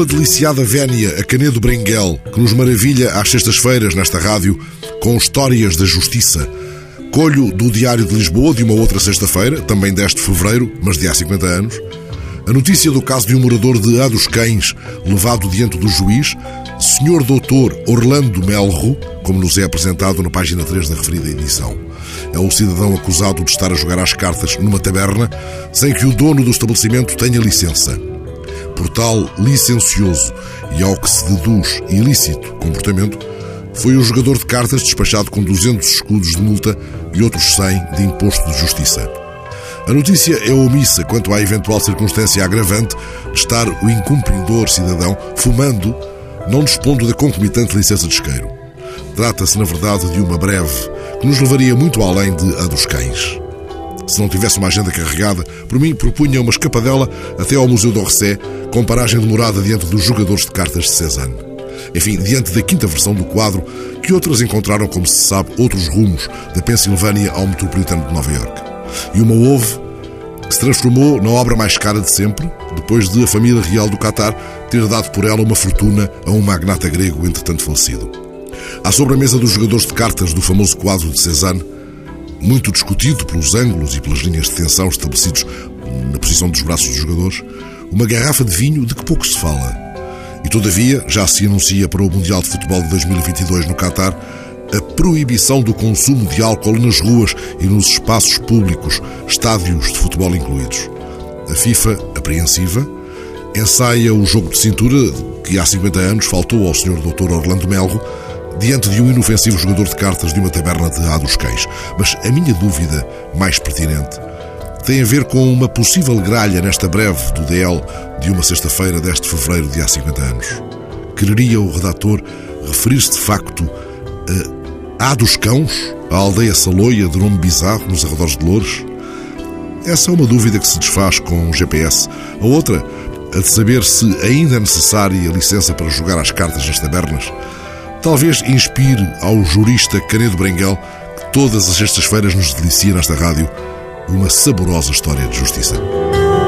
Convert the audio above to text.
uma deliciada vénia a Canedo Brenguel, que nos maravilha às sextas-feiras nesta rádio com histórias da justiça. Colho do Diário de Lisboa de uma outra sexta-feira, também deste fevereiro, mas de há 50 anos, a notícia do caso de um morador de A dos Cães, levado diante do juiz, Sr. Dr. Orlando Melro, como nos é apresentado na página 3 da referida edição. É o cidadão acusado de estar a jogar às cartas numa taberna sem que o dono do estabelecimento tenha licença. Por tal licencioso e, ao que se deduz, ilícito comportamento, foi o jogador de cartas despachado com 200 escudos de multa e outros 100 de imposto de justiça. A notícia é omissa quanto à eventual circunstância agravante de estar o incumpridor cidadão fumando, não dispondo da concomitante licença de isqueiro. Trata-se, na verdade, de uma breve que nos levaria muito além de A dos Cães. Se não tivesse uma agenda carregada, por mim propunha uma escapadela até ao Museu d'Orsay, com paragem demorada diante dos jogadores de cartas de Cézanne. Enfim, diante da quinta versão do quadro, que outras encontraram, como se sabe, outros rumos, da Pensilvânia ao metropolitano de Nova Iorque. E uma houve que se transformou na obra mais cara de sempre, depois de a família real do Qatar ter dado por ela uma fortuna a um magnata grego entretanto falecido. À sobremesa dos jogadores de cartas do famoso quadro de Cézanne, muito discutido pelos ângulos e pelas linhas de tensão estabelecidos na posição dos braços dos jogadores, uma garrafa de vinho de que pouco se fala. E todavia já se anuncia para o Mundial de Futebol de 2022 no Qatar a proibição do consumo de álcool nas ruas e nos espaços públicos, estádios de futebol incluídos. A FIFA, apreensiva, ensaia o jogo de cintura que há 50 anos faltou ao Sr. Dr. Orlando Melro diante de um inofensivo jogador de cartas de uma taberna de A dos Cães. Mas a minha dúvida mais pertinente tem a ver com uma possível gralha nesta breve do DL de uma sexta-feira deste fevereiro de há 50 anos. Quereria o redator referir-se de facto a dos Cãos, a aldeia saloia de nome bizarro nos arredores de Loures? Essa é uma dúvida que se desfaz com o GPS. A outra, a de saber se ainda é necessária a licença para jogar às cartas nas tabernas, talvez inspire ao jurista Canedo Brenguel, que todas as sextas-feiras nos delicia nesta rádio, uma saborosa história de justiça.